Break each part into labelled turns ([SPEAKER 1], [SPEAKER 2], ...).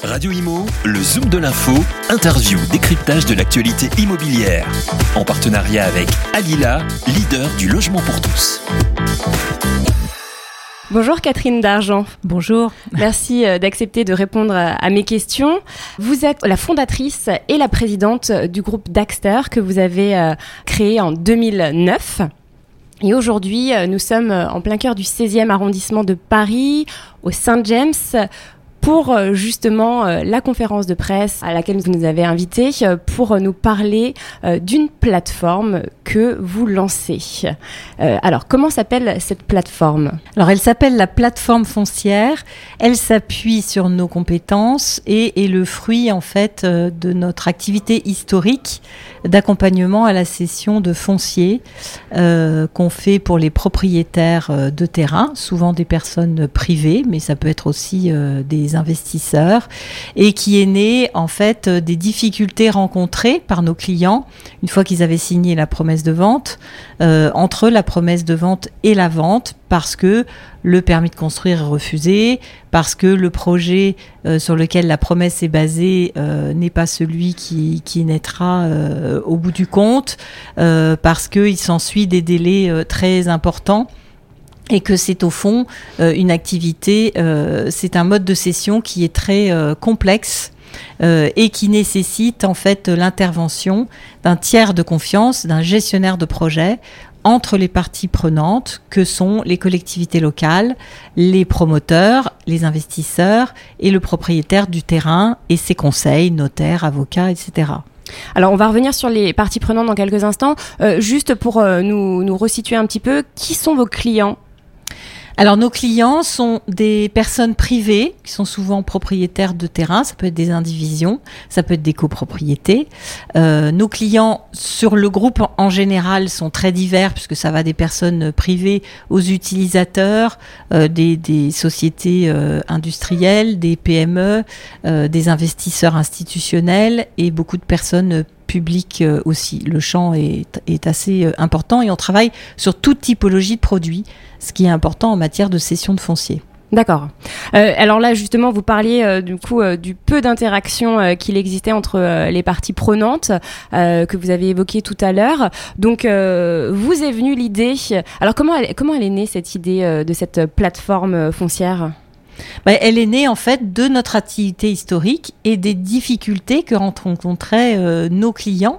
[SPEAKER 1] Radio Imo, le Zoom de l'info, interview, décryptage de l'actualité immobilière. En partenariat avec Alila, leader du logement pour tous.
[SPEAKER 2] Bonjour Catherine Dargent.
[SPEAKER 3] Bonjour.
[SPEAKER 2] Merci d'accepter de répondre à mes questions. Vous êtes la fondatrice et la présidente du groupe Daxter que vous avez créé en 2009. Et aujourd'hui, nous sommes en plein cœur du 16e arrondissement de Paris, au Saint-James, pour justement la conférence de presse à laquelle vous nous avez invités pour nous parler d'une plateforme que vous lancez. Alors, comment s'appelle cette plateforme ?
[SPEAKER 3] Alors, elle s'appelle la plateforme foncière. Elle s'appuie sur nos compétences et est le fruit, en fait, de notre activité historique d'accompagnement à la cession de foncier qu'on fait pour les propriétaires de terrain, souvent des personnes privées, mais ça peut être aussi des investisseurs, et qui est né en fait des difficultés rencontrées par nos clients une fois qu'ils avaient signé la promesse de vente, entre la promesse de vente et la vente, parce que le permis de construire est refusé, parce que le projet sur lequel la promesse est basée n'est pas celui qui naîtra au bout du compte, parce qu'il s'ensuit des délais très importants. Et que c'est au fond une activité, c'est un mode de cession qui est très complexe et qui nécessite en fait l'intervention d'un tiers de confiance, d'un gestionnaire de projet entre les parties prenantes que sont les collectivités locales, les promoteurs, les investisseurs et le propriétaire du terrain et ses conseils, notaires, avocats, etc.
[SPEAKER 2] Alors, on va revenir sur les parties prenantes dans quelques instants. Juste pour nous resituer un petit peu, qui sont vos clients ?
[SPEAKER 3] Alors, nos clients sont des personnes privées qui sont souvent propriétaires de terrain. Ça peut être des indivisions, ça peut être des copropriétés. Nos clients sur le groupe en général sont très divers puisque ça va des personnes privées aux utilisateurs, des sociétés industrielles, des PME, des investisseurs institutionnels et beaucoup de personnes public aussi. Le champ est assez important et on travaille sur toute typologie de produits, ce qui est important en matière de cession de foncier.
[SPEAKER 2] D'accord. Alors là, justement, vous parliez du peu d'interaction qu'il existait entre les parties prenantes que vous avez évoqué tout à l'heure. Donc, vous est venue l'idée. Alors, comment elle est née, cette idée de cette plateforme foncière ?
[SPEAKER 3] Elle est née en fait de notre activité historique et des difficultés que rencontraient nos clients.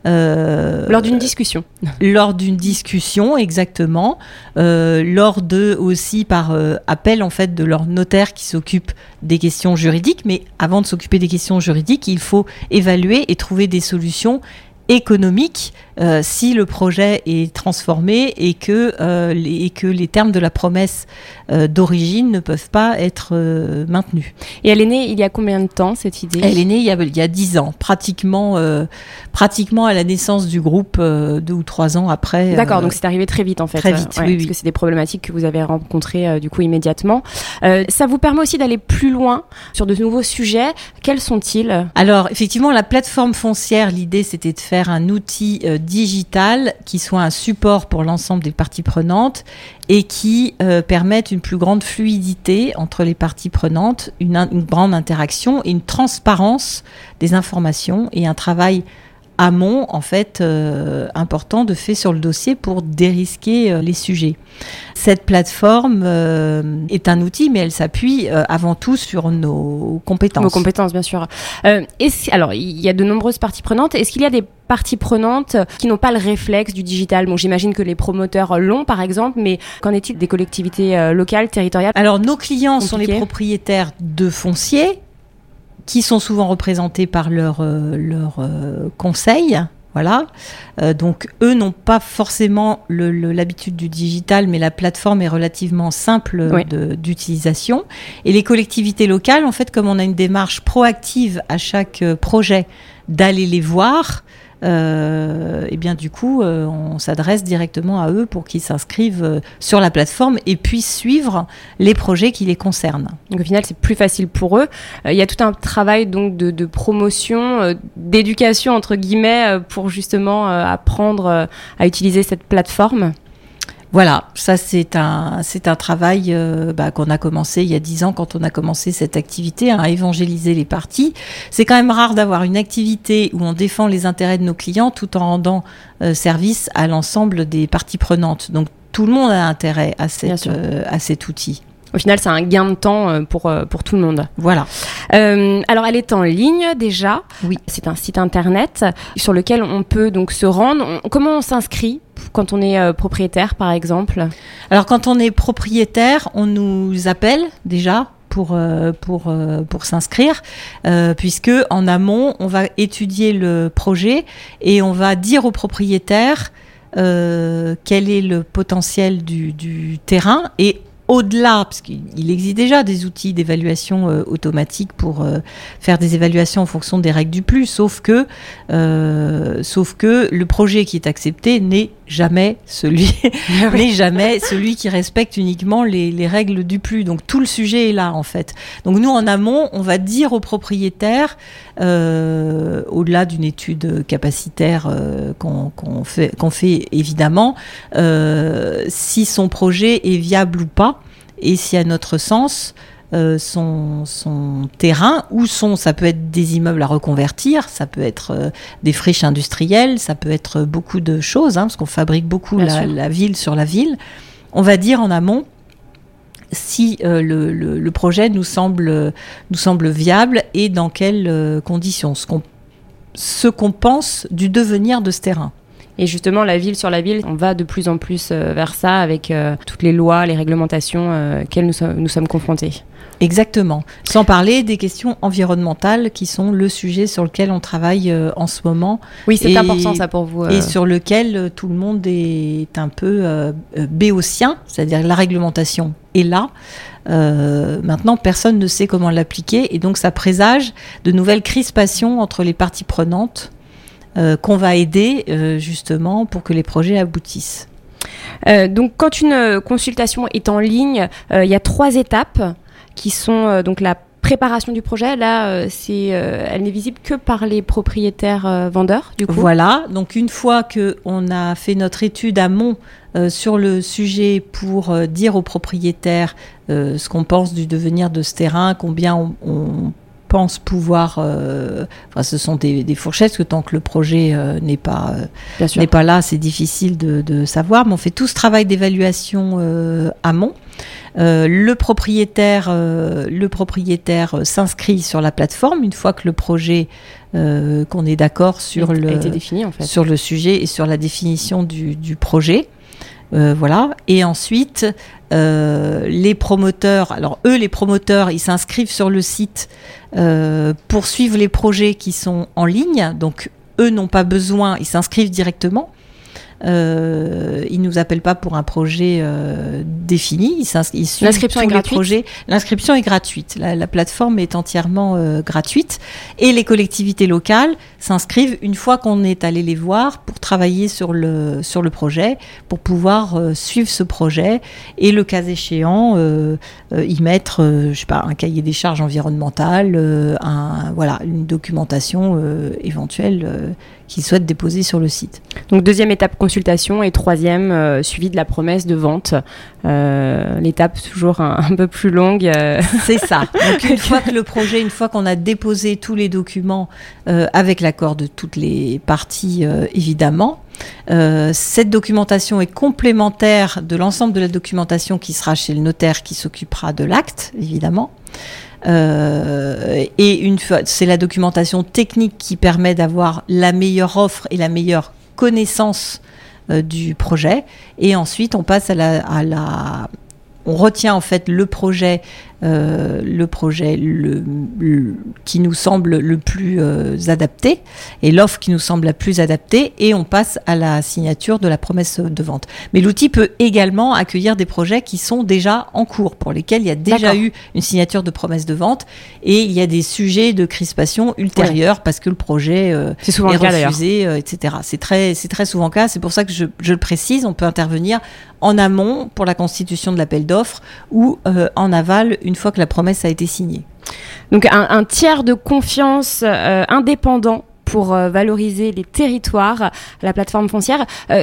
[SPEAKER 2] Lors d'une discussion.
[SPEAKER 3] Lors d'une discussion, exactement. Lors de aussi par appel en fait de leur notaire qui s'occupe des questions juridiques. Mais avant de s'occuper des questions juridiques, il faut évaluer et trouver des solutions économique si le projet est transformé et que les termes de la promesse d'origine ne peuvent pas être maintenus.
[SPEAKER 2] Et elle est née il y a combien de temps, cette idée ?
[SPEAKER 3] Elle est née il y a 10 ans, pratiquement à la naissance du groupe, 2 ou 3 ans après.
[SPEAKER 2] D'accord, donc c'est arrivé très vite en fait.
[SPEAKER 3] Très vite, oui.
[SPEAKER 2] Parce que c'est des problématiques que vous avez rencontrées du coup immédiatement. Ça vous permet aussi d'aller plus loin sur de nouveaux sujets. Quels sont-ils ?
[SPEAKER 3] Alors effectivement, la plateforme foncière, l'idée c'était de faire un outil digital qui soit un support pour l'ensemble des parties prenantes et qui permette une plus grande fluidité entre les parties prenantes, une grande interaction et une transparence des informations et un travail amont, en fait, important de fait sur le dossier pour dérisquer les sujets. Cette plateforme est un outil, mais elle s'appuie avant tout sur nos compétences.
[SPEAKER 2] Vos compétences, bien sûr. Alors, il y a de nombreuses parties prenantes. Est-ce qu'il y a des parties prenantes qui n'ont pas le réflexe du digital ? Bon, j'imagine que les promoteurs l'ont, par exemple, mais qu'en est-il des collectivités locales, territoriales ?
[SPEAKER 3] Alors, nos clients sont les propriétaires de foncier, qui sont souvent représentés par leur conseil. Voilà. Donc, eux n'ont pas forcément l'habitude du digital, mais la plateforme est relativement simple d'utilisation. Et les collectivités locales, en fait, comme on a une démarche proactive à chaque projet d'aller les voir, et bien du coup on s'adresse directement à eux pour qu'ils s'inscrivent sur la plateforme et puissent suivre les projets qui les concernent.
[SPEAKER 2] Donc au final c'est plus facile pour eux. Il y a tout un travail donc de promotion, d'éducation entre guillemets pour justement apprendre à utiliser cette plateforme.
[SPEAKER 3] Voilà, ça c'est un travail qu'on a commencé il y a 10 ans quand on a commencé cette activité, à évangéliser les parties. C'est quand même rare d'avoir une activité où on défend les intérêts de nos clients tout en rendant service à l'ensemble des parties prenantes. Donc tout le monde a intérêt à cet outil.
[SPEAKER 2] Au final, c'est un gain de temps pour tout le monde.
[SPEAKER 3] Voilà.
[SPEAKER 2] Alors, elle est en ligne déjà.
[SPEAKER 3] Oui.
[SPEAKER 2] C'est un site internet sur lequel on peut donc se rendre. Comment on s'inscrit quand on est propriétaire, par exemple ?
[SPEAKER 3] Alors, quand on est propriétaire, on nous appelle déjà pour s'inscrire, puisque en amont, on va étudier le projet et on va dire au propriétaire quel est le potentiel du terrain et au-delà, parce qu'il existe déjà des outils d'évaluation automatique pour faire des évaluations en fonction des règles du plus, sauf que le projet qui est accepté n'est jamais celui qui respecte uniquement les règles du plus. Donc tout le sujet est là en fait. Donc nous en amont, on va dire au propriétaire, au-delà d'une étude capacitaire qu'on fait évidemment, si son projet est viable ou pas, et si à notre sens son terrain ça peut être des immeubles à reconvertir, ça peut être des friches industrielles, ça peut être beaucoup de choses, parce qu'on fabrique beaucoup la ville sur la ville. On va dire en amont si le projet nous semble viable et dans quelles conditions, ce qu'on pense du devenir de ce terrain.
[SPEAKER 2] Et justement, la ville sur la ville, on va de plus en plus vers ça avec toutes les lois, les réglementations auxquelles nous sommes confrontés.
[SPEAKER 3] Exactement. Sans parler des questions environnementales qui sont le sujet sur lequel on travaille en ce moment.
[SPEAKER 2] Oui, c'est important ça pour vous.
[SPEAKER 3] Et sur lequel tout le monde est un peu béotien, c'est-à-dire la réglementation est là. Maintenant, personne ne sait comment l'appliquer et donc ça présage de nouvelles crispations entre les parties prenantes qu'on va aider justement pour que les projets aboutissent.
[SPEAKER 2] Donc quand une consultation est en ligne, il y a 3 étapes qui sont donc la préparation du projet. Là, elle n'est visible que par les propriétaires vendeurs, du coup.
[SPEAKER 3] Voilà, donc une fois qu'on a fait notre étude amont sur le sujet pour dire aux propriétaires ce qu'on pense du devenir de ce terrain, combien on pense pouvoir... ce sont des fourchettes, parce que tant que le projet n'est pas là, c'est difficile de savoir. Mais on fait tout ce travail d'évaluation amont. Le propriétaire s'inscrit sur la plateforme une fois que le projet, qu'on est d'accord sur
[SPEAKER 2] a été défini, en fait,
[SPEAKER 3] sur le sujet et sur la définition du projet. Voilà. Et ensuite, les promoteurs, ils s'inscrivent sur le site pour suivre les projets qui sont en ligne. Donc, eux n'ont pas besoin, ils s'inscrivent directement. Ils nous appellent pas pour un projet défini. Ils suivent
[SPEAKER 2] L'inscription est gratuite.
[SPEAKER 3] Projets. L'inscription est gratuite. La plateforme est entièrement gratuite. Et les collectivités locales s'inscrivent une fois qu'on est allé les voir pour travailler sur le projet, pour pouvoir suivre ce projet et le cas échéant y mettre, un cahier des charges environnementales, une documentation éventuelle qu'ils souhaitent déposer sur le site.
[SPEAKER 2] Donc 2e étape consultation et 3e suivi de la promesse de vente. L'étape toujours un peu plus longue.
[SPEAKER 3] C'est ça. Donc une fois qu'on a déposé tous les documents avec l'accord de toutes les parties évidemment, cette documentation est complémentaire de l'ensemble de la documentation qui sera chez le notaire qui s'occupera de l'acte évidemment. Et une fois, c'est la documentation technique qui permet d'avoir la meilleure offre et la meilleure connaissance du projet. Et ensuite, on passe on retient en fait le projet qui nous semble le plus adapté et l'offre qui nous semble la plus adaptée et on passe à la signature de la promesse de vente. Mais l'outil peut également accueillir des projets qui sont déjà en cours, pour lesquels il y a déjà eu une signature de promesse de vente et il y a des sujets de crispation ultérieurs parce que le projet
[SPEAKER 2] c'est souvent
[SPEAKER 3] est
[SPEAKER 2] le cas,
[SPEAKER 3] refusé, etc. C'est très souvent le cas, c'est pour ça que je le précise, on peut intervenir en amont pour la constitution de l'appel d'offres ou en aval une fois que la promesse a été signée.
[SPEAKER 2] Donc un tiers de confiance indépendant pour valoriser les territoires, la plateforme foncière.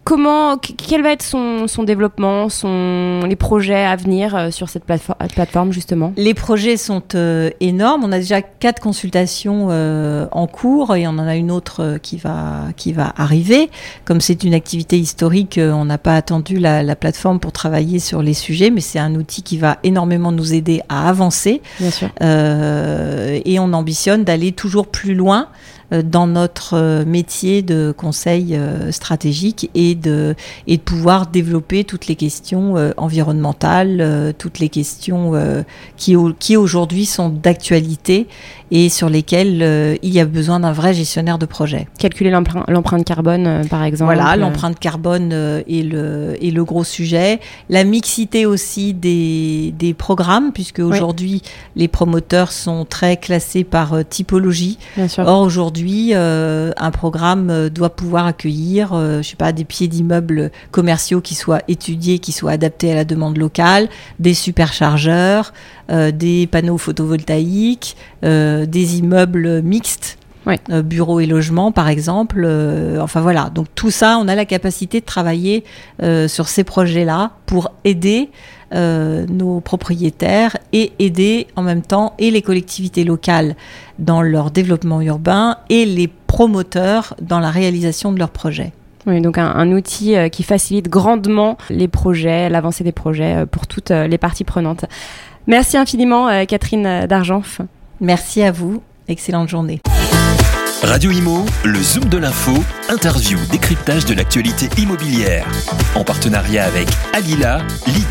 [SPEAKER 2] Quel va être son développement, les projets à venir sur cette plateforme justement?
[SPEAKER 3] Les projets sont énormes. On a déjà 4 consultations en cours et on en a une autre qui va arriver. Comme c'est une activité historique, on n'a pas attendu la plateforme pour travailler sur les sujets, mais c'est un outil qui va énormément nous aider à avancer.
[SPEAKER 2] Bien sûr.
[SPEAKER 3] Et on ambitionne d'aller toujours plus loin dans notre métier de conseil stratégique et de pouvoir développer toutes les questions environnementales, toutes les questions qui aujourd'hui sont d'actualité et sur lesquelles il y a besoin d'un vrai gestionnaire de projet.
[SPEAKER 2] Calculer l'empreinte carbone, par exemple.
[SPEAKER 3] Voilà, l'empreinte carbone est le gros sujet. La mixité aussi des programmes, puisque aujourd'hui, les promoteurs sont très classés par typologie.
[SPEAKER 2] Bien sûr.
[SPEAKER 3] Or, aujourd'hui, un programme doit pouvoir accueillir, des pieds d'immeubles commerciaux qui soient étudiés, qui soient adaptés à la demande locale, des superchargeurs, des panneaux photovoltaïques, des immeubles mixtes.
[SPEAKER 2] Oui.
[SPEAKER 3] Bureaux et logements par exemple, voilà, donc tout ça, on a la capacité de travailler sur ces projets-là pour aider nos propriétaires et aider en même temps et les collectivités locales dans leur développement urbain et les promoteurs dans la réalisation de leurs projets.
[SPEAKER 2] Oui, donc un outil qui facilite grandement les projets, l'avancée des projets pour toutes les parties prenantes. Merci infiniment Catherine Dargenf.
[SPEAKER 3] Merci à vous, excellente journée.
[SPEAKER 1] Radio Imo, le Zoom de l'info, interview, décryptage de l'actualité immobilière. En partenariat avec Alila, leader